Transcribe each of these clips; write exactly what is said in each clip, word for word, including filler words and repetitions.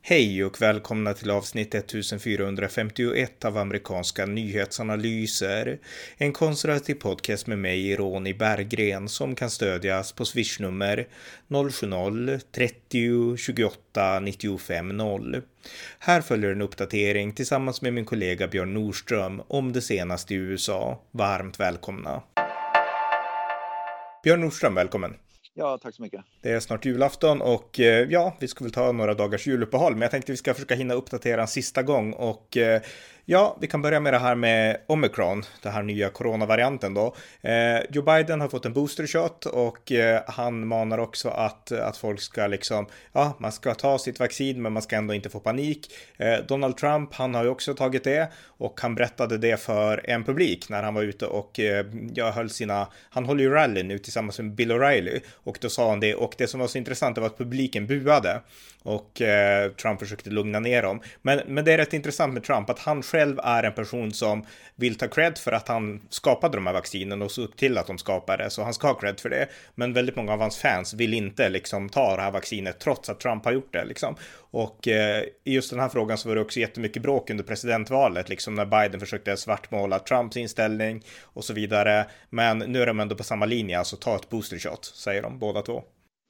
Hej och välkomna till avsnitt fjortonhundrafemtioett av amerikanska nyhetsanalyser. En konservativ podcast med mig, Ronny Berggren, som kan stödjas på swishnummer noll sju noll, trettio, tjugoåtta, nittiofem noll. Här följer en uppdatering tillsammans med min kollega Björn Nordström om det senaste i U S A. Varmt välkomna. Björn Nordström, välkommen. Ja, tack så mycket. Det är snart julafton och ja, vi ska väl ta några dagars juluppehåll, men jag tänkte vi ska försöka hinna uppdatera en sista gång och ja, vi kan börja med det här med Omicron, den här nya coronavarianten då. Eh, Joe Biden har fått en booster shot och eh, han manar också att, att folk ska liksom, ja, man ska ta sitt vaccin men man ska ändå inte få panik. Eh, Donald Trump, han har ju också tagit det och han berättade det för en publik när han var ute och eh, jag höll sina, han håller ju rally nu tillsammans med Bill O'Reilly och då sa han det, och det som var så intressant var att publiken buade och eh, Trump försökte lugna ner dem. Men, men det är rätt intressant med Trump att han själv är en person som vill ta cred för att han skapade de här vaccinen och såg till att de skapade, så han ska ha cred för det. Men väldigt många av hans fans vill inte liksom ta det här vaccinet trots att Trump har gjort det liksom. Och eh, i just den här frågan så var det också jättemycket bråk under presidentvalet liksom, när Biden försökte svartmåla Trumps inställning och så vidare. Men nu är de ändå på samma linje, alltså ta ett booster shot, säger de båda två.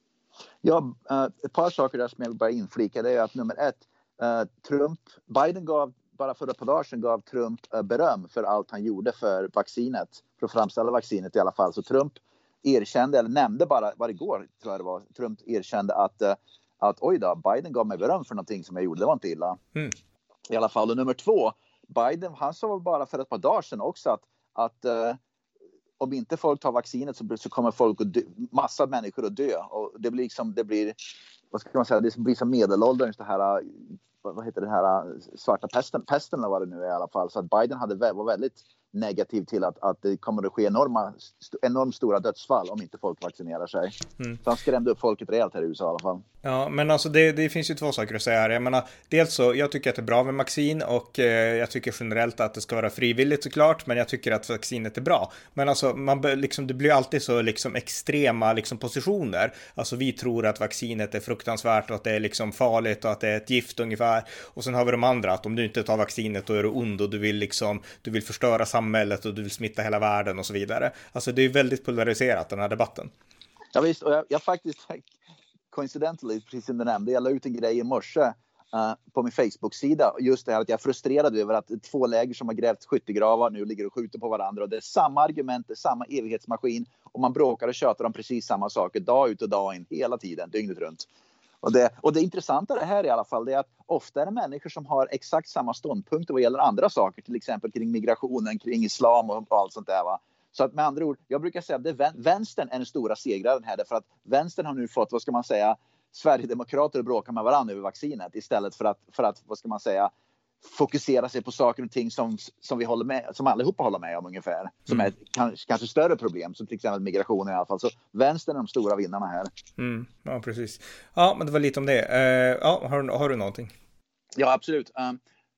Ja, uh, ett par saker där som jag vill bara inflika, det är att nummer ett, uh, Trump, Biden gav bara för ett par dagar sedan gav Trump uh, beröm för allt han gjorde för vaccinet, för att framställa vaccinet i alla fall. Så Trump erkände, eller nämnde bara, var det igår tror jag det var, Trump erkände att, uh, att oj då, Biden gav mig beröm för någonting som jag gjorde, det var inte illa. Mm. I alla fall, och nummer två, Biden, han sa bara för ett par dagar sedan också att, att uh, om inte folk tar vaccinet så, så kommer folk att dö, massa människor att dö. Och det blir liksom, det blir, vad ska man säga, det blir som medelåldern, det här, vad heter det här, svarta pesten, pesten eller vad det nu är i alla fall. Så att Biden hade, var väldigt negativ till att, att det kommer att ske enorma, enormt stora dödsfall om inte folk vaccinerar sig. Mm. Så han skrämde upp folket rejält här i U S A i alla fall. Ja, men alltså det, det finns ju två saker att säga här. Jag menar, dels så, jag tycker att det är bra med vaccin och eh, jag tycker generellt att det ska vara frivilligt såklart, men jag tycker att vaccinet är bra. Men alltså, man liksom, det blir alltid så liksom extrema liksom positioner. Alltså vi tror att vaccinet är fruktansvärt och att det är liksom farligt och att det är ett gift ungefär. Och sen har vi de andra, att om du inte tar vaccinet då är du ond och du vill liksom, du vill förstöra samhället och du vill smitta hela världen och så vidare. Alltså det är väldigt polariserat den här debatten. Ja visst, och jag, jag faktiskt coincidentally, precis som du nämnde, jag la ut en grej i morse uh, på min Facebook-sida. Just det här att jag är frustrerad över att två läger som har grävt skyttegravar nu ligger och skjuter på varandra. Och det är samma argument, det är samma evighetsmaskin. Och man bråkar och tjötar om precis samma saker dag ut och dag in, hela tiden, dygnet runt. Och det, och det intressanta det här i alla fall, det är att ofta är det människor som har exakt samma ståndpunkter vad gäller andra saker. Till exempel kring migrationen, kring islam och allt sånt där, va. Så att med andra ord, jag brukar säga att det, vänstern är den stora segraren här. Därför att vänstern har nu fått, vad ska man säga, Sverigedemokrater att bråka med varandra över vaccinet. Istället för att, för att vad ska man säga, fokusera sig på saker och ting som, som vi håller med, som allihopa håller med om ungefär. Som mm. är kanske, kanske större problem, som till exempel migrationen i alla fall. Så vänstern är de stora vinnarna här. Mm, ja, precis. Ja, men det var lite om det. Uh, ja, har, har du någonting? Ja, absolut. Um,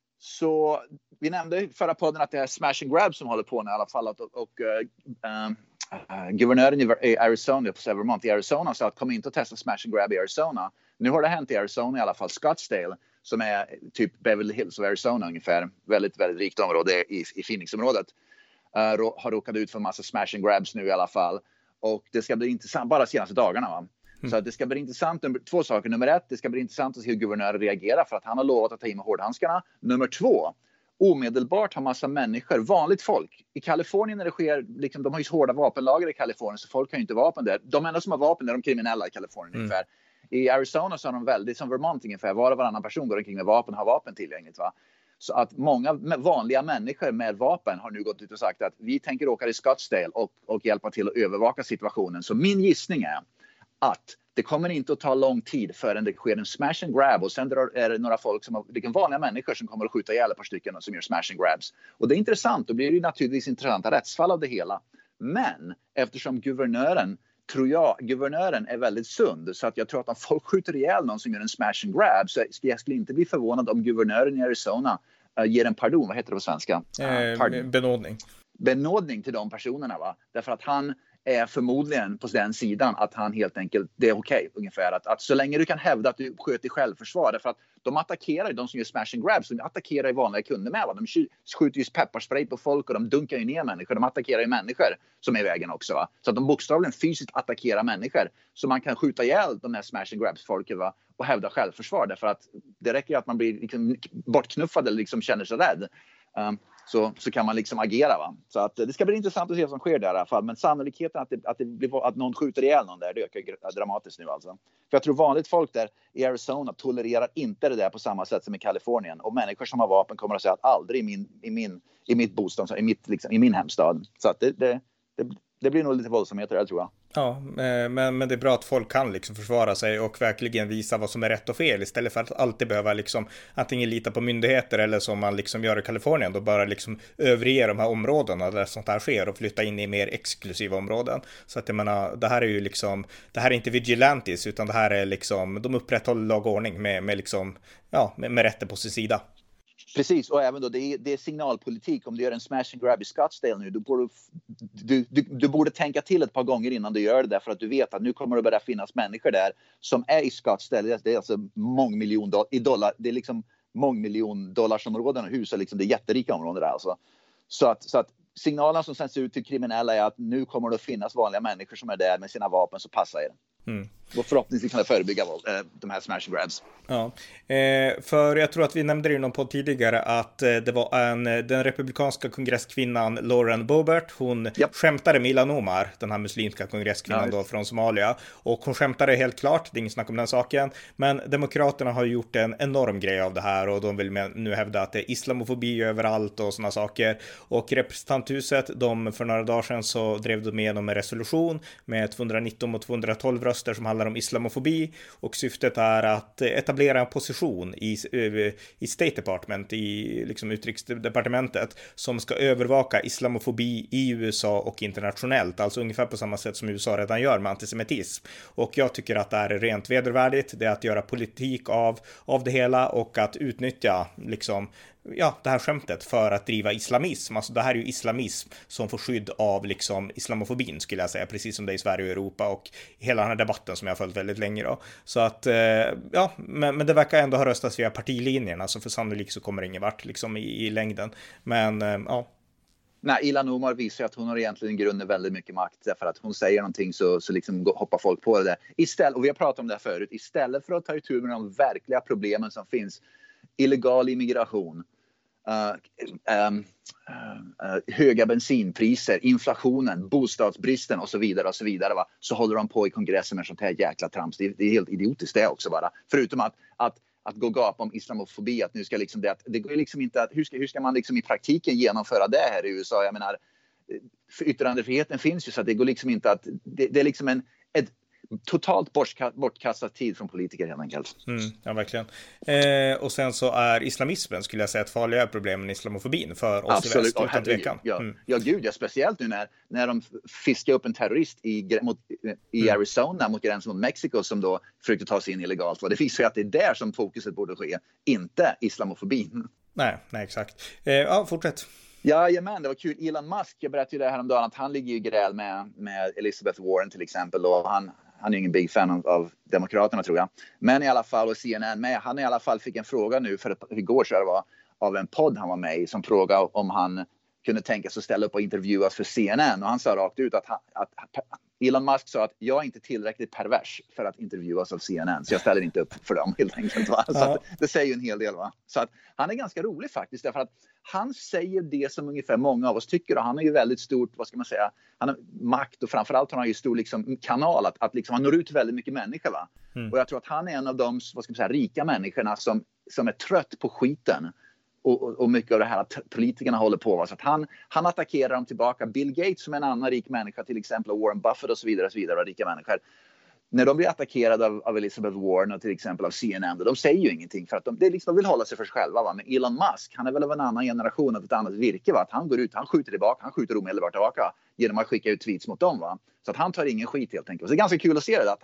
så vi nämnde i förra podden att det är smash and grab som håller på nu i alla fall. Och, och uh, um, uh, guvernören i Arizona, på Vermont i Arizona, sa att kom inte att testa smash and grab i Arizona. Nu har det hänt i Arizona i alla fall. Scottsdale, som är typ Beverly Hills av Arizona ungefär. Väldigt, väldigt rikt område i, i Phoenix-området. Uh, har råkat ut för en massa smash and grabs nu i alla fall. Och det ska bli intressant, bara de senaste dagarna, va? Mm. Så det ska bli intressant, två saker. Nummer ett, det ska bli intressant att se hur guvernören reagerar för att han har lovat att ta in med hårdhandskarna. Nummer två, omedelbart har massa människor, vanligt folk. I Kalifornien när det sker, liksom, de har ju hårda vapenlager i Kalifornien så folk har ju inte vapen där. De enda som har vapen är de kriminella i Kalifornien mm. ungefär. I Arizona så har de väldigt, som Vermont ungefär, var och varannan person går omkring med vapen har vapen tillgängligt, va. Så att många vanliga människor med vapen har nu gått ut och sagt att vi tänker åka till Scottsdale och, och hjälpa till att övervaka situationen. Så min gissning är att det kommer inte att ta lång tid förrän det sker en smash and grab och sen är det några folk som har, det är vanliga människor som kommer att skjuta ihjäl ett par stycken som gör smash and grabs. Och det är intressant, då blir det ju naturligtvis intressanta rättsfall av det hela. Men eftersom guvernören, tror jag, guvernören är väldigt sund så att jag tror att om folk skjuter ihjäl någon som gör en smash and grab så jag skulle inte bli förvånad om guvernören i Arizona uh, ger en pardon, vad heter det på svenska? Uh, eh, benådning. Benådning till de personerna, va? Därför att han är förmodligen på den sidan att han helt enkelt, det är okej okay, ungefär. Att, att så länge du kan hävda att du sköter självförsvar, därför att de attackerar ju, de som gör smash and grabs, de attackerar ju vanliga kunder med. Va? De skjuter ju pepparspray på folk och de dunkar ju ner människor. De attackerar ju människor som är i vägen också. Va? Så att de bokstavligen fysiskt attackerar människor. Så man kan skjuta ihjäl de här smash and grabs folket, va? Och hävda självförsvar. Därför att det räcker att man blir liksom bortknuffad eller liksom känner sig rädd. Um, så, så kan man liksom agera. Va? Så att, det ska bli intressant att se vad som sker där i alla fall. Men sannolikheten att, det, att, det blir, att någon skjuter ihjäl någon där, det ökar dramatiskt nu alltså. För jag tror vanligt folk där i Arizona tolererar inte det där på samma sätt som i Kalifornien. Och människor som har vapen kommer att säga att aldrig i, min, i, min, i mitt bostad, i, mitt, liksom, i min hemstad. Så att det, det, det, det blir nog lite våldsamheter där, tror jag. Ja, men, men det är bra att folk kan liksom försvara sig och verkligen visa vad som är rätt och fel istället för att alltid behöva liksom antingen lita på myndigheter eller som man liksom gör i Kalifornien då bara liksom överge de här områdena där sånt här sker och flytta in i mer exklusiva områden. Så att jag menar, det här är ju liksom, det här är inte vigilantes utan det här är liksom, de upprätthåller lag och ordning med, med liksom, ja, med, med rätten på sin sida. Precis, och även då det är, det är signalpolitik. Om du gör en smash and grab i Scottsdale nu, du borde, du, du, du borde tänka till ett par gånger innan du gör det där, för att du vet att nu kommer det börja finnas människor där som är i Scottsdale. Det är alltså mångmiljon dollar, i dollar, det är liksom mångmiljon dollarsområden och hus, och liksom det är jätterika områden där alltså. Så att, så att signalerna som sänds ut till kriminella är att nu kommer det att finnas vanliga människor som är där med sina vapen, så passa er. Mm. Och förhoppningsvis kan det förebygga våld, äh, de här smash and grabs. Ja, eh, för jag tror att vi nämnde det i någon podd tidigare att eh, det var en, den republikanska kongresskvinnan Lauren Boebert, hon yep. skämtade med Ilhan Omar, den här muslimska kongresskvinnan ja, då från Somalia, och hon skämtade helt klart, det är ingen snack om den saken, men demokraterna har gjort en enorm grej av det här och de vill nu hävda att det är islamofobi överallt och sådana saker, och representanthuset, de för några dagar sedan så drev de igenom en resolution med tvåhundranitton mot tvåhundratolv röster som handlar om islamofobi, och syftet är att etablera en position i, i State Department, i liksom utrikesdepartementet, som ska övervaka islamofobi i U S A och internationellt, alltså ungefär på samma sätt som U S A redan gör med antisemitism. Och jag tycker att det är rent vedervärdigt, det är att göra politik av, av det hela och att utnyttja liksom ja, det här skämtet för att driva islamism. Alltså det här är ju islamism som får skydd av liksom islamofobin, skulle jag säga, precis som det är i Sverige och Europa och hela den här debatten som jag har följt väldigt länge då. Så att, ja, men, men det verkar ändå ha röstats via partilinjerna, så för sannolikt så kommer det ingen vart liksom i, i längden. Men, ja. Nej, Ilhan Omar visar att hon har egentligen i grunden väldigt mycket makt, därför att hon säger någonting så, så liksom hoppar folk på det där. Istället, och vi har pratat om det här förut, istället för att ta itu med de verkliga problemen som finns, illegal immigration, Uh, um, uh, uh, höga bensinpriser, inflationen, bostadsbristen och så vidare och så vidare, va? Så håller de på i kongressen med sånt här jäkla trams. Det är, det är helt idiotiskt det också bara. Förutom att, att, att gå gap om islamofobi, att nu ska liksom det, att det går liksom inte att, hur ska, hur ska man liksom i praktiken genomföra det här i U S A? Jag menar, för yttrandefriheten finns ju, så att det går liksom inte att, det, det är liksom en, ett totalt bortkastad tid från politiker helt enkelt. Mm, ja, verkligen. Eh, och sen så är islamismen, skulle jag säga, ett farligare problem än islamofobin för oss. Absolut. I väst, utan tvekan. Ja, mm. ja, gud, ja, speciellt nu när, när de fiskar upp en terrorist i, mot, i mm. Arizona mot gränsen mot Mexiko som då försökte ta sig in illegalt. Och det visar ju att det är där som fokuset borde ske, inte islamofobin. Nej, nej exakt. Eh, ja, fortsätt. Ja, jamen, det var kul. Elon Musk, jag berättade ju det här om dagen att han ligger i gräl med, med Elizabeth Warren till exempel, och han Han är ingen big fan av, av demokraterna, tror jag. Men i alla fall, och C N N med. Han i alla fall fick en fråga nu, för ett, igår så det var, av en podd han var med i, som frågade om han kunde tänka sig att ställa upp och intervjuas för C N N. Och han sa rakt ut att, att, att Elon Musk sa att jag är inte tillräckligt pervers för att intervjuas av C N N. Så jag ställer inte upp för dem helt enkelt. Va? Så att, det säger ju en hel del. Va? Så att han är ganska rolig faktiskt. Därför att han säger det som ungefär många av oss tycker. Och han har ju väldigt stort, vad ska man säga, han har makt, och framförallt har han ju stor liksom, kanal att, att liksom, han når ut väldigt mycket människor. Va? Mm. Och jag tror att han är en av de, vad ska man säga, rika människorna som, som är trött på skiten. Och, och, och mycket av det här att politikerna håller på. Va? Så att han, han attackerar dem tillbaka. Bill Gates, som är en annan rik människa, till exempel, och Warren Buffett och så vidare, och så vidare, och rika människor. När de blir attackerade av, av Elizabeth Warren och till exempel av C N N, de säger ju ingenting, för att de, det är liksom, de vill hålla sig för sig själva. Va? Men Elon Musk, han är väl av en annan generation, av ett annat virke. Va? Att han går ut, han skjuter tillbaka, han skjuter omedelbart tillbaka genom att skicka ut tweets mot dem. Va? Så att han tar ingen skit helt enkelt. Så det är ganska kul att se det, att han,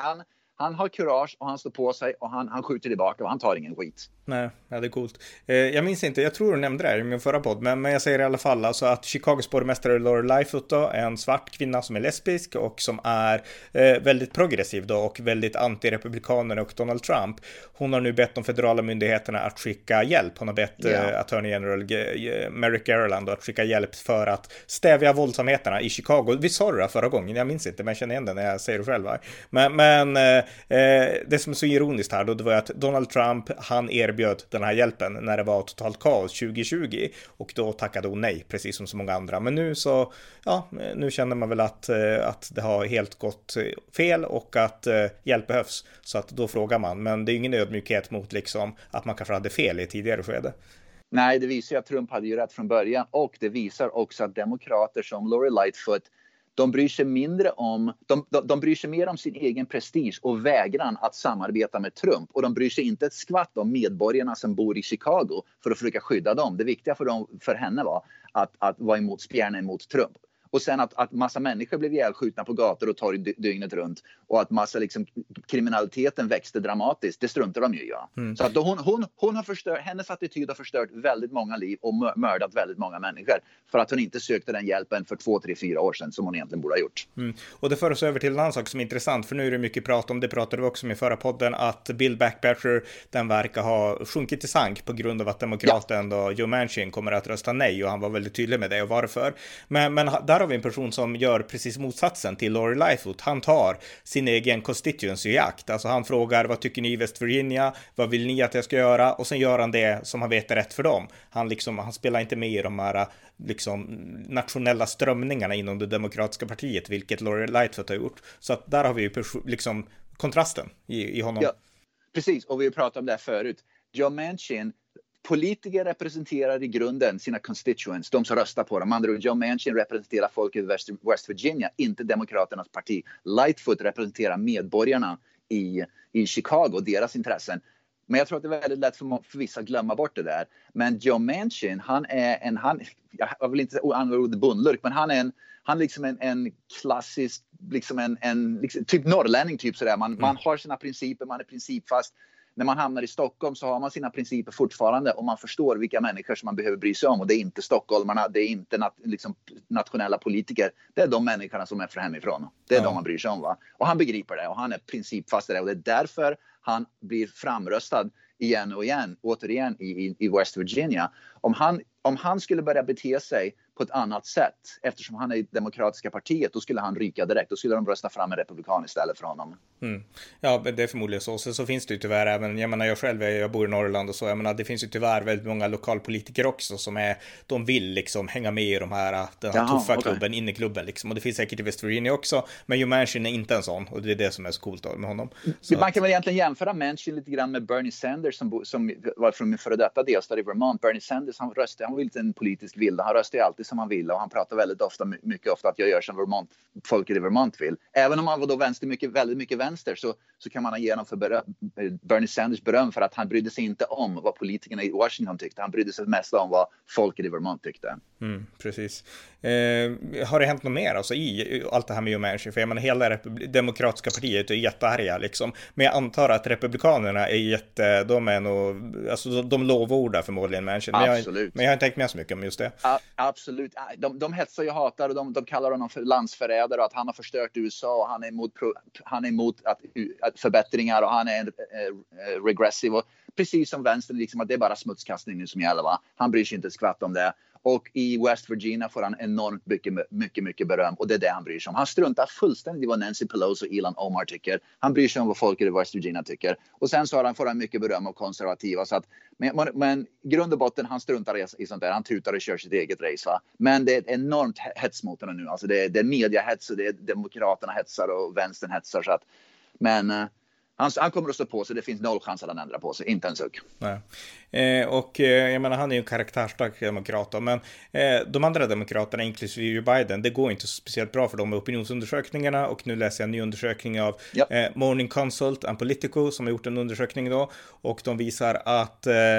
han har kurage och han står på sig och han, han skjuter tillbaka och han tar ingen skit. Nej, ja, det är coolt. Eh, jag minns inte, jag tror du nämnde det här i min förra podd, men, men jag säger i alla fall alltså att Chicagos borgmästare Lori Lightfoot då, är en svart kvinna som är lesbisk och som är eh, väldigt progressiv då och väldigt anti-republikaner och Donald Trump. Hon har nu bett de federala myndigheterna att skicka hjälp. Hon har bett yeah. eh, Attorney General G- Merrick Garland att skicka hjälp för att stävja våldsamheterna i Chicago. Vi sa det förra gången, jag minns inte, men jag känner igen det när jag säger det själv här. Men, men eh, det som är så ironiskt här då, det var att Donald Trump, han erbjöd den här hjälpen när det var totalt kaos tjugo tjugo och då tackade hon nej, precis som så många andra. Men nu så, ja, nu känner man väl att, att det har helt gått fel och att hjälp behövs. Så att då frågar man, men det är ingen ödmjukhet mot liksom att man kanske hade fel i tidigare skede. Nej, det visar ju att Trump hade ju rätt från början och det visar också att demokrater som Lori Lightfoot, de bryr sig mindre om, de, de, de bryr sig mer om sin egen prestige och vägran att samarbeta med Trump. Och de bryr sig inte ett skvatt om medborgarna som bor i Chicago för att försöka skydda dem. Det viktiga för, dem, för henne var att, att vara emot spjärna emot Trump. Och sen att, att massa människor blev ihjälskjutna på gator och torg dy- dygnet runt. Och att massa liksom, kriminaliteten växte dramatiskt. Det struntar de ju i. Mm. Så att hon, hon, hon har förstört, hennes attityd har förstört väldigt många liv och mördat väldigt många människor. För att hon inte sökte den hjälpen för två, tre, fyra år sedan som hon egentligen borde ha gjort. Mm. Och det för oss över till en annan sak som är intressant. För nu är det mycket prat om, det pratade vi också om i förra podden, att Build Back Better, den verkar ha sjunkit i sank på grund av att demokraten ja. då, Joe Manchin kommer att rösta nej. Och han var väldigt tydlig med det och varför. Men, men där har vi en person som gör precis motsatsen till Lori Lightfoot. Han tar sin egen constituency i akt. Alltså han frågar, vad tycker ni i West Virginia? Vad vill ni att jag ska göra? Och sen gör han det som han vet är rätt för dem. Han, liksom, han spelar inte med i de här liksom, nationella strömningarna inom det demokratiska partiet, vilket Lori Lightfoot har gjort. Så att där har vi ju liksom kontrasten i, i honom. Ja, precis, och vi har pratat om det här förut. Joe Manchin, politiker representerar i grunden sina constituents, de som röstar på dem. Andra Joe Manchin representerar folk i West, West Virginia, inte demokraternas parti. Lightfoot representerar medborgarna i, i Chicago, deras intressen. Men jag tror att det är väldigt lätt för, för vissa att glömma bort det där. Men Joe Manchin, han är en, han, jag vill inte använda ordet bondlurk, men han är en, han är liksom en, en klassisk, liksom en, en liksom, typ norrlänning typ sådär. Man, mm. man har sina principer, man är principfast. När man hamnar i Stockholm så har man sina principer fortfarande och man förstår vilka människor som man behöver bry sig om. Och det är inte stockholmarna, det är inte nat- liksom nationella politiker. Det är de människorna som är från hemifrån. Det är ja. de man bryr sig om. Va? Och han begriper det och han är principfast i det. Och det är därför han blir framröstad igen och igen, återigen i, i, i West Virginia. Om han, om han skulle börja bete sig på ett annat sätt, eftersom han är i demokratiska partiet, då skulle han ryka direkt. Då skulle de rösta fram en republikan istället för honom. Mm. Ja, det är förmodligen så. Så, så finns det ju tyvärr även, jag menar jag själv, jag bor i Norrland och så, jag menar det finns ju tyvärr väldigt många lokalpolitiker också som är, de vill liksom hänga med i de här, den här Jaha, tuffa okay. klubben, inneklubben liksom. Och det finns säkert i West Virginia också, men Joe Manchin är inte en sån och det är det som är så coolt med honom. Så man att... kan väl egentligen jämföra Manchin lite grann med Bernie Sanders som, bo, som var från min före detta delstat i Vermont. Bernie Sanders, han röstade, han var lite en politisk vilde, han röstade alltid som han ville och han pratar väldigt ofta, mycket ofta att jag gör som Vermont, folket i Vermont vill. Även om han var då vänster, mycket, väldigt mycket vänster, så, så kan man ge honom för beröm, Bernie Sanders beröm för att han brydde sig inte om vad politikerna i Washington tyckte. Han brydde sig mest om vad folket i Vermont tyckte. Mm, precis. Eh, har det hänt något mer alltså, i allt det här med Joe Manchin? För jag menar, hela Repub- demokratiska partiet är jättearga liksom. Men jag antar att republikanerna är jätte, de är nog, alltså de, de lovordar förmodligen Manchin. Men jag, men jag har inte tänkt med så mycket om just det. A- absolut. De, de hetsar och hatar och de, de kallar honom för landsförrädare och att han har förstört U S A och han är emot, pro, han är emot att, att förbättringar och han är uh, regressiv och precis som vänstern liksom att det är bara smutskastning nu som gäller, va? Han bryr sig inte ett skvatt om det. Och i West Virginia får han enormt mycket, mycket, mycket beröm. Och det är det han bryr sig om. Han struntar fullständigt i vad Nancy Pelosi och Ilhan Omar tycker. Han bryr sig om vad folk i West Virginia tycker. Och sen så har han, får han mycket beröm av konservativa. Så att, men, men grund och botten, han struntar i, i sånt där. Han tutar och kör sitt eget race. Va? Men det är ett enormt hets mot honom nu. Alltså det, är, det är mediahets och det är demokraterna hetsar och vänstern hetsar. Så att, men... Han, han kommer att stå på sig, det finns noll chans att han ändrar på sig, inte en suck. Nej. Eh, och eh, jag menar, han är ju en karaktärstark demokrat, men eh, de andra demokraterna, inklusive Biden, det går inte speciellt bra för dem med opinionsundersökningarna, och nu läser jag en ny undersökning av yep. eh, Morning Consult and Politico som har gjort en undersökning då, och de visar att eh,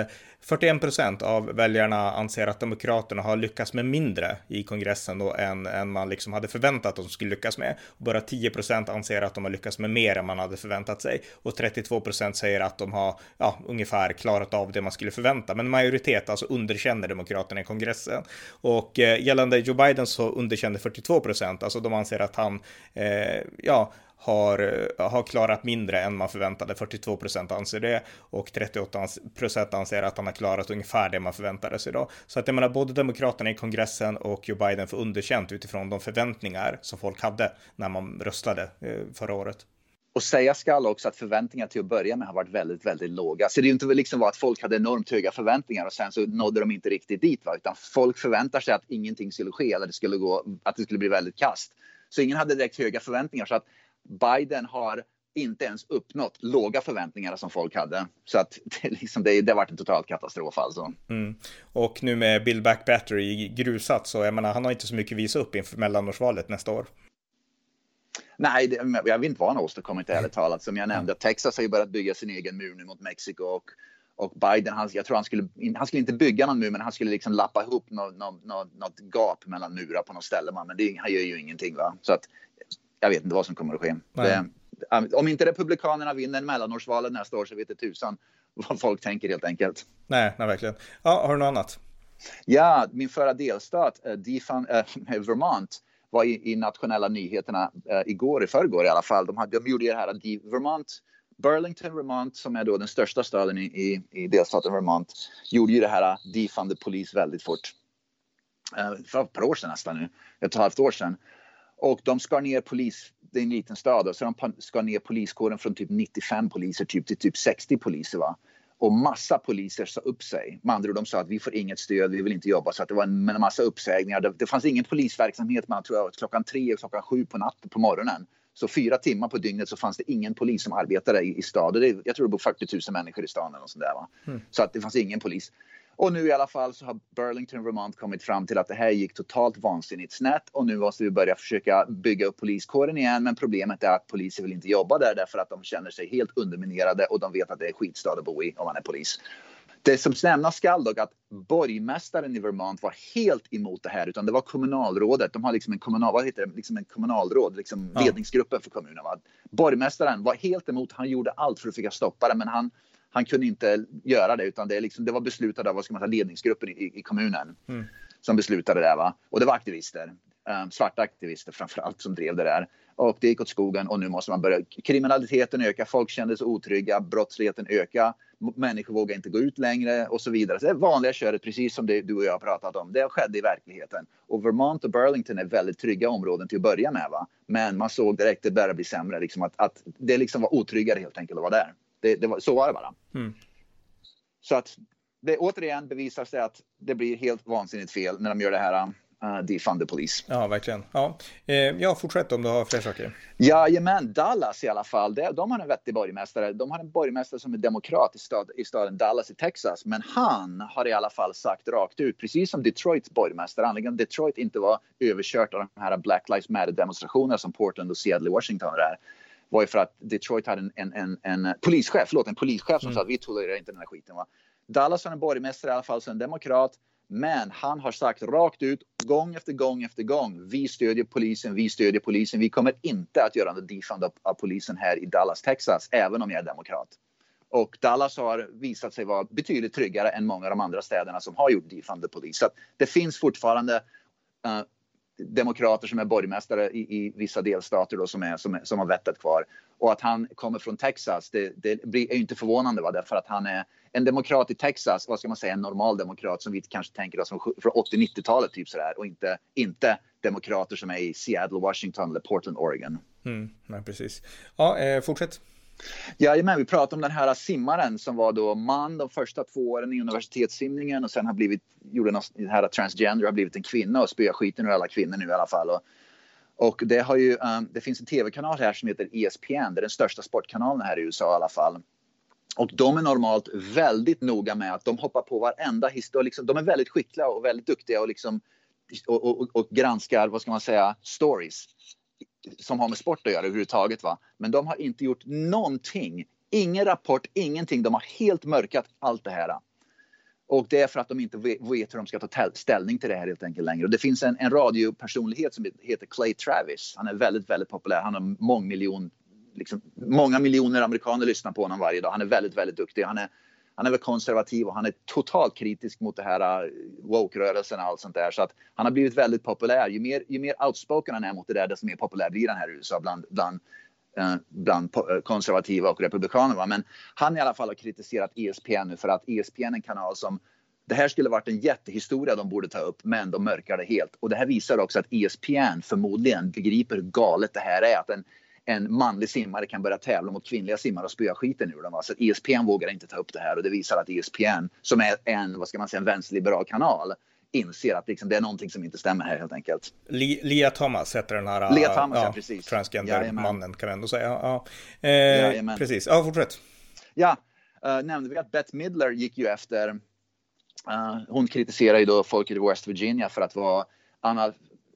fyrtioen procent av väljarna anser att Demokraterna har lyckats med mindre i kongressen då än, än man liksom hade förväntat att de skulle lyckas med. Och bara tio procent anser att de har lyckats med mer än man hade förväntat sig. Och trettiotvå procent säger att de har ja, ungefär klarat av det man skulle förvänta. Men majoritet alltså underkänner Demokraterna i kongressen. Och eh, gällande Joe Biden så underkänner fyrtiotvå procent. Alltså de anser att han eh, ja Har, har klarat mindre än man förväntade. fyrtiotvå procent anser det och trettioåtta procent anser att han har klarat ungefär det man förväntade sig då. Så att jag menar, både Demokraterna i kongressen och Joe Biden får underkänt utifrån de förväntningar som folk hade när man röstade eh, förra året. Och säga skall också att förväntningar till att börja med har varit väldigt, väldigt låga. Så det är ju inte liksom var att folk hade enormt höga förväntningar och sen så nådde de inte riktigt dit, va? Utan folk förväntar sig att ingenting skulle ske eller det skulle gå, att det skulle bli väldigt kast. Så ingen hade direkt höga förväntningar, så att Biden har inte ens uppnått låga förväntningar som folk hade. Så att det, liksom, det, det har varit en total katastrof alltså. Mm. Och nu med Build Back Better i grusat, så jag menar, han har inte så mycket att visa upp inför mellanårsvalet nästa år. Nej, det, jag vet inte vad han har åstadkommit ärligt talat. Som jag nämnde, Texas har ju börjat bygga sin egen mur nu mot Mexiko. Och, och Biden, han, jag tror han skulle, han skulle inte bygga någon mur, men han skulle liksom lappa ihop något, något, något, något gap mellan murar på något ställe. Men det, han gör ju ingenting, va? Så att jag vet inte vad som kommer att ske. Det, om inte republikanerna vinner mellanårsvalet nästa år så vet det tusan vad folk tänker helt enkelt. Nej, nej verkligen. Ja, har du något annat? Ja, min förra delstat, uh, Defund, uh, Vermont, var i, i nationella nyheterna uh, igår, i förrgår i alla fall. De, hade, de gjorde det här, de, Vermont, Burlington, Vermont, som är då den största staden i, i, i delstaten Vermont, gjorde ju det här uh, Defund the Police väldigt fort. Uh, för ett par år sedan nästan nu, ett halvt år sedan. Och de skar ner polis, det är en liten stad då, så de skar ner poliskåren från typ nittiofem poliser typ till typ sextio poliser, va. Och massa poliser sa upp sig. Med andra ord, de sa att vi får inget stöd, vi vill inte jobba. Så att det var en massa uppsägningar. Det, det fanns ingen polisverksamhet, man tror jag, klockan tre och klockan sju på natten på morgonen. Så fyra timmar på dygnet så fanns det ingen polis som arbetade i, i staden. Jag tror det bor fyrtio tusen människor i staden eller sånt där, va. Mm. Så att det fanns ingen polis. Och nu i alla fall så har Burlington, Vermont kommit fram till att det här gick totalt vansinnigt snett. Och nu måste vi börja försöka bygga upp poliskåren igen. Men problemet är att poliser vill inte jobba där därför att de känner sig helt underminerade. Och de vet att det är skitstad att bo i om man är polis. Det som nämnas skall dock att borgmästaren i Vermont var helt emot det här. Utan det var kommunalrådet. De har liksom en, kommunal, vad heter det? Liksom en kommunalråd, liksom ja. Ledningsgruppen för kommunen. Va? Borgmästaren var helt emot. Han gjorde allt för att försöka stoppa det, men han... Han kunde inte göra det, utan det, är liksom, det var beslutat av vad ska man säga, ledningsgruppen i, i kommunen mm. som beslutade det, va? Och det var aktivister, um, svarta aktivister framförallt som drev det där. Och det gick åt skogen och nu måste man börja. Kriminaliteten ökar, folk kände sig otrygga, brottsligheten ökar, människor vågar inte gå ut längre och så vidare. Så det är vanliga köret, precis som det du och jag har pratat om. Det skedde i verkligheten. Och Vermont och Burlington är väldigt trygga områden till att börja med, va? Men man såg direkt att det började bli sämre, liksom att, att det liksom var otryggare helt enkelt att vara där. Det, det var, så var det bara. Mm. Så att det återigen bevisar sig att det blir helt vansinnigt fel när de gör det här uh, Defund the Police. Ja, verkligen. Ja, eh, ja fortsätt om du har fler saker. Jajamän, Dallas i alla fall. Det, de har en vettig borgmästare. De har en borgmästare som är demokrat i, stad, i staden Dallas i Texas. Men han har i alla fall sagt rakt ut, precis som Detroits borgmästare. Anledningen Detroit inte var överkört av de här Black Lives Matter-demonstrationerna som Portland och Seattle och Washington är. Var ju för att Detroit hade en, en, en, en polischef, förlåt, en polischef som mm. sa att vi tolererar inte den här skiten, va. Dallas har en borgmästare i alla fall, så en demokrat, men han har sagt rakt ut, gång efter gång efter gång, vi stödjer polisen, vi stödjer polisen, vi kommer inte att göra en defund av, av polisen här i Dallas, Texas, även om jag är demokrat. Och Dallas har visat sig vara betydligt tryggare än många av de andra städerna som har gjort defund the police. Så att det finns fortfarande uh, demokrater som är borgmästare i, i vissa delstater då, som, är, som, är, som har vettet kvar. Och att han kommer från Texas, det, det blir, är ju inte förvånande, va? Därför att han är en demokrat i Texas, vad ska man säga, en normal demokrat som vi kanske tänker oss från åttio-nittiotalet typ sådär. Och inte, inte demokrater som är i Seattle, Washington eller Portland, Oregon. Mm, nej, precis. Ja, eh, fortsätt. Ja, men vi pratade om den här simmaren som var då man de första två åren i universitetssimningen och sen har blivit, gjorde något, den här transgender, har blivit en kvinna och spöar skiten ur alla kvinnor nu i alla fall. Och, och det har ju, um, det finns en tv-kanal här som heter E S P N, det är den största sportkanalen här i U S A i alla fall. Och de är normalt väldigt noga med att de hoppar på varenda historia, liksom, de är väldigt skickliga och väldigt duktiga och liksom och, och, och granskar, vad ska man säga, stories som har med sport att göra överhuvudtaget, va. Men de har inte gjort någonting. Ingen rapport, ingenting. De har helt mörkat allt det här. Och det är för att de inte vet hur de ska ta ställning till det här helt enkelt längre. Och det finns en, en radiopersonlighet som heter Clay Travis. Han är väldigt, väldigt populär. Han har mång miljon, liksom, många miljoner amerikaner lyssnar på honom varje dag. Han är väldigt, väldigt duktig. Han är, han är väl konservativ och han är totalt kritisk mot det här woke-rörelsen och allt sånt där. Så att han har blivit väldigt populär. Ju mer, ju mer outspoken han är mot det där, desto mer populär blir han här i U S A bland, bland bland konservativa och republikaner. Va? Men han i alla fall har kritiserat E S P N nu för att E S P N är en kanal som det här skulle varit en jättehistoria de borde ta upp, men de mörkar det helt. Och det här visar också att E S P N förmodligen begriper hur galet det här är, att en, en manlig simmare kan börja tävla mot kvinnliga simmare och spöa skiten ur dem. Va? Så att E S P N vågar inte ta upp det här, och det visar att E S P N, som är en, vad ska man säga, en vänsterliberal kanal, inser att liksom, det är någonting som inte stämmer här helt enkelt. Lia Thomas heter den här Lia Thomas, ja, ja precis. transgender-mannen kan vi ändå säga. Ja, ja. Eh, precis, ja fortsätt. Ja, uh, nämnde vi att Bette Midler gick ju efter, uh, hon kritiserar ju då folket i West Virginia för att vara anal-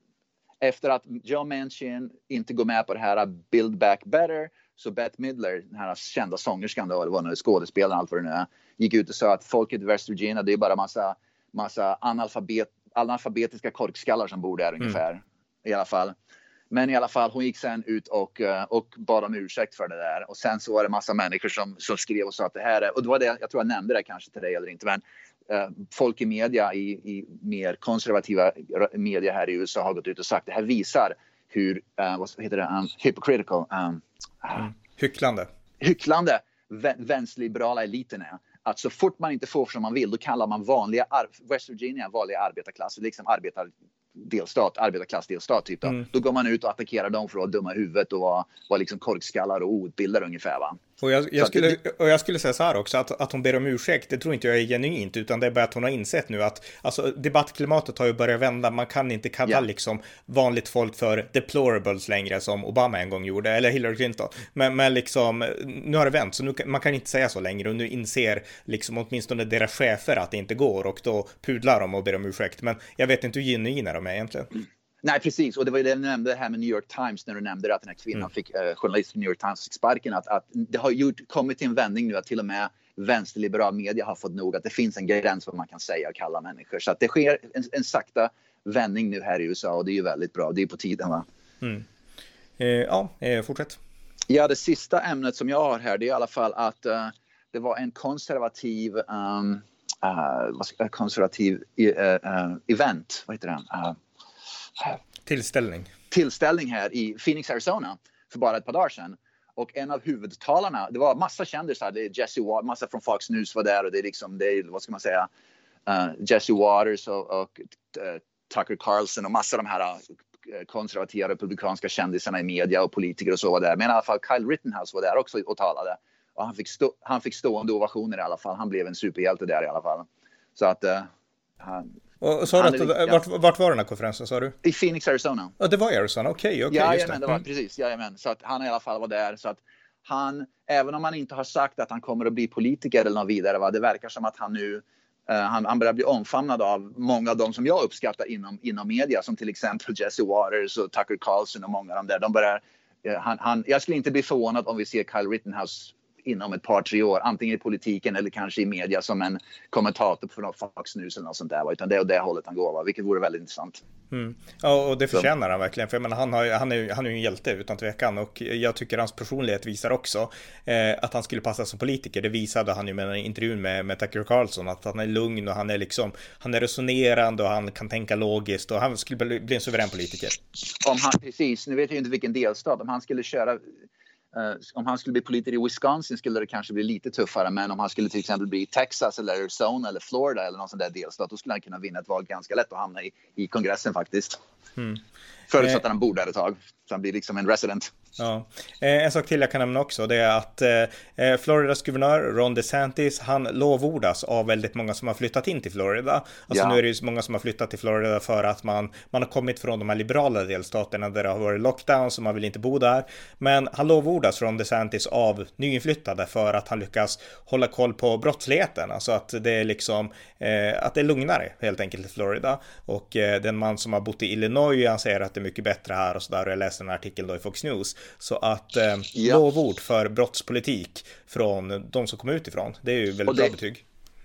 efter att Joe Manchin inte går med på det här Build Back Better, så Bette Midler, den här kända sångerskan då, eller vad nu, skådespelaren, allt vad det nu är, gick ut och sa att folket i West Virginia, det är bara massa massa analfabet, analfabetiska korkskallar som bor där mm. ungefär i alla fall. Men i alla fall, hon gick sen ut och, och bad om ursäkt för det där. Och sen så var det massa människor som, som skrev och sa att det här är, och det var det, jag tror jag nämnde det kanske till dig eller inte, men uh, folk i media, i, i mer konservativa media här i U S A har gått ut och sagt det här visar hur, uh, vad heter det, um, hypocritical, um, uh, mm. hycklande. Hycklande vänsterliberala eliten är. Att så fort man inte får som man vill, då kallar man vanliga West Virginia vanliga arbetarklass, liksom arbetardelstat, arbetarklassdelstat typ då. Mm. Då går man ut och attackerar dem för att vara dumma i huvudet och vara, vara liksom korkskallar och outbildade ungefär, va. Och jag, jag, skulle, det, och jag skulle säga så här också, att, att hon ber om ursäkt, det tror inte jag är genuint, utan det är bara att hon har insett nu att alltså, debattklimatet har ju börjat vända. Man kan inte kalla yeah. liksom vanligt folk för deplorables längre som Obama en gång gjorde, eller Hillary Clinton. Men, men liksom, nu har det vänt, så nu, man kan inte säga så längre, och nu inser liksom åtminstone deras chefer att det inte går, och då pudlar de och ber om ursäkt. Men jag vet inte hur genuina de är egentligen. Mm. Nej, precis. Och det var ju det du nämnde här med New York Times, när du nämnde att den här kvinnan mm. fick, eh, journalisten New York Times fick sparken, att, att det har gjort, kommit till en vändning nu att till och med vänsterliberal media har fått nog att det finns en gräns vad man kan säga och kalla människor. Så att det sker en, en sakta vändning nu här i U S A, och det är ju väldigt bra. Det är på tiden, va? Mm. Eh, ja, eh, fortsätt. Ja, det sista ämnet som jag har här, det är i alla fall att uh, det var en konservativ um, uh, vad ska, konservativ uh, uh, event, vad heter det? Uh, Tillställning. Tillställning här i Phoenix, Arizona för bara ett par dagar sedan. Och en av huvudtalarna, det var massa kändisar, det är Jesse Waters, massa från Fox News var där, och det är liksom, det är, vad ska man säga, uh, Jesse Waters och, och uh, Tucker Carlson och massa av de här uh, konservativa republikanska kändisarna i media och politiker och så var där. Men i alla fall Kyle Rittenhouse var där också och talade. Och han fick, stå, han fick stående ovationer i alla fall. Han blev en superhjälte där i alla fall. Så att uh, han... Och sa du att, vart, vart var den här konferensen, sa du? I Phoenix, Arizona. Ja, det var i Arizona, okej, okay, okej. Okay, ja, men det var mm. precis, jajamän. Så att han i alla fall var där, så att han, även om han inte har sagt att han kommer att bli politiker eller något vidare, va, det verkar som att han nu, uh, han, han börjar bli omfamnad av många av dem som jag uppskattar inom, inom media, som till exempel Jesse Waters och Tucker Carlson och många av dem där. De börjar, uh, han, han, jag skulle inte bli förvånad om vi ser Kyle Rittenhouse inom ett par, tre år, antingen i politiken eller kanske i media som en kommentator för Fox News eller något sånt där, va? Utan det är åt det hållet han går, va? Vilket vore väldigt intressant. Mm. Ja, och det förtjänar så. Han verkligen, för jag menar, han, har, han, är, han är ju en hjälte utan tvekan, och jag tycker hans personlighet visar också eh, att han skulle passa som politiker. Det visade han ju med en intervju med, med Tucker Carlson, att han är lugn och han är liksom, han är resonerande och han kan tänka logiskt, och han skulle bli, bli en suverän politiker. Om han, precis, nu vet jag inte vilken delstat, om han skulle köra Uh, om han skulle bli politiker i Wisconsin skulle det kanske bli lite tuffare, men om han skulle till exempel bli i Texas eller Arizona eller Florida eller någon sån där delstat, då skulle han kunna vinna ett val ganska lätt och hamna i, i kongressen faktiskt. Mm. Förutsatt att han bor där ett tag, så han blir liksom en resident. Ja. Eh, en sak till jag kan nämna också, det är att eh, Floridas guvernör Ron DeSantis, han lovordas av väldigt många som har flyttat in till Florida. Alltså ja. Nu är det ju många som har flyttat till Florida för att man, man har kommit från de här liberala delstaterna där det har varit lockdown, så man vill inte bo där. Men han lovordas Ron DeSantis av nyinflyttade för att han lyckas hålla koll på brottsligheten. Alltså att det är liksom eh, att det är lugnare helt enkelt i Florida. Och eh, den man som har bott i Illinois, han säger att det är mycket bättre här och sådär. Jag läste en artikel då i Fox News. Så att eh, ja. lovord för brottspolitik från de som kommer utifrån. Det är ju väldigt det, bra betyg.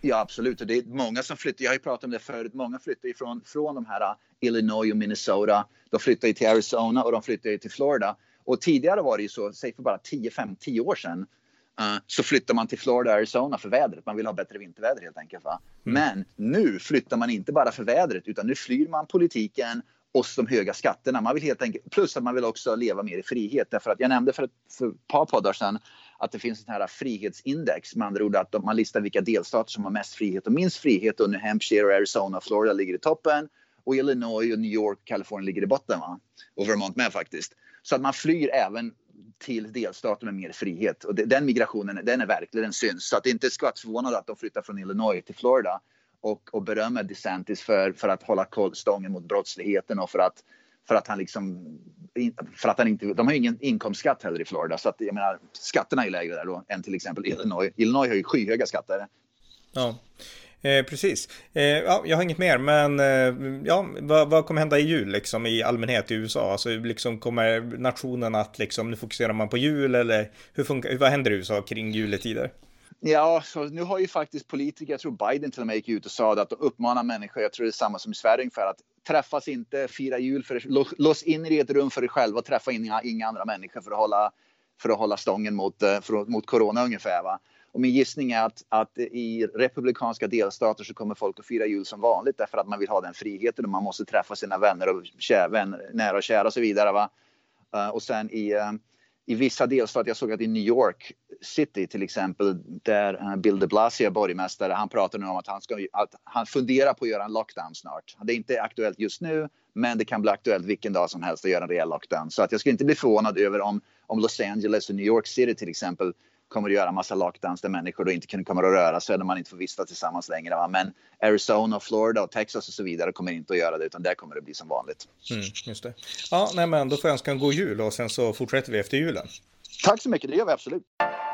Ja, absolut. Och det är många som flyttar. Jag har ju pratat om det förut. Många flyttar ifrån från de här uh, Illinois och Minnesota. De flyttar ju till Arizona och de flyttar ju till Florida. Och tidigare var det ju så, säg för bara tio fem tio år sedan. Uh, så flyttar man till Florida och Arizona för vädret. Man vill ha bättre vinterväder helt enkelt. Va? Mm. Men nu flyttar man inte bara för vädret, utan nu flyr man politiken och de höga skatterna. Man vill helt enkelt, plus att man vill också leva mer i frihet. Därför att jag nämnde för ett, för ett par poddar sedan att det finns ett här frihetsindex. Med andra ord att man listar vilka delstater som har mest frihet och minst frihet. Och New Hampshire, och Arizona och Florida ligger i toppen. Och Illinois och New York och Kalifornien ligger i botten. Va? Och Vermont med faktiskt. Så att man flyr även till delstater med mer frihet. Och det, den migrationen, den är verkligen syns. Så att det inte är skvattförvånande att de flyttar från Illinois till Florida. Och, och berömmer DeSantis för, för att hålla stången mot brottsligheten och för att, för att han liksom, för att han inte, de har ju ingen inkomstskatt heller i Florida. Så att jag menar, skatterna är lägre där då än till exempel Illinois. Illinois har ju skyhöga skatter. Ja, eh, precis. Eh, ja, jag har inget mer, men eh, ja, vad, vad kommer hända i jul liksom i allmänhet i U S A? Alltså liksom kommer nationen att liksom, nu fokuserar man på jul eller hur funkar, vad händer i U S A kring juletider? Ja, så nu har ju faktiskt politiker, jag tror Biden till och med gick ut och sa att de uppmanar människor, jag tror det är samma som i Sverige, för att träffas inte, fira jul, för lås in i ett rum för dig själv och träffa inga, inga andra människor för att hålla, för att hålla stången mot, för, mot corona ungefär. Va? Och min gissning är att, att i republikanska delstater så kommer folk att fira jul som vanligt därför att man vill ha den friheten och man måste träffa sina vänner och kär, vänner, nära och kära och så vidare. Va? Uh, och sen i... Uh, I vissa delstater, jag såg att i New York City till exempel, där Bill de Blasio är borgmästare, han pratar nu om att han, ska, att han funderar på att göra en lockdown snart. Det är inte aktuellt just nu, men det kan bli aktuellt vilken dag som helst att göra en rejäl lockdown. Så att jag skulle inte bli förvånad över om, om Los Angeles och New York City till exempel kommer att göra en massa lockdowns där människor då inte kan komma att röra sig eller man inte får vistas tillsammans längre. Va? Men Arizona, Florida och Texas och så vidare kommer inte att göra det, utan där kommer det bli som vanligt. Mm, just det. Ja, nej, men då får jag önska en god jul och sen så fortsätter vi efter julen. Tack så mycket, det gör vi absolut.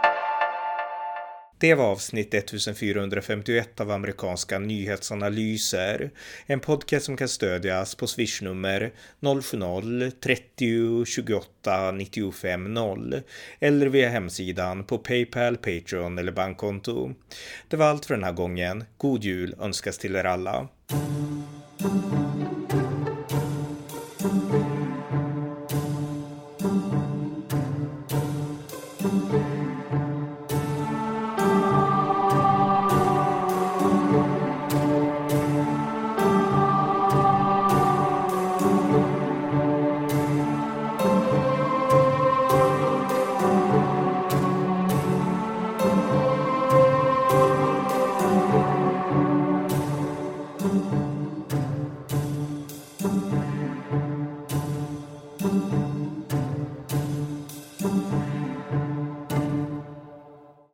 Det var avsnitt fjortonhundrafemtioett av amerikanska nyhetsanalyser. En podcast som kan stödjas på swishnummer noll sju noll trettio tjugoåtta nittiofem noll eller via hemsidan på PayPal, Patreon eller bankkonto. Det var allt för den här gången. God jul önskas till er alla.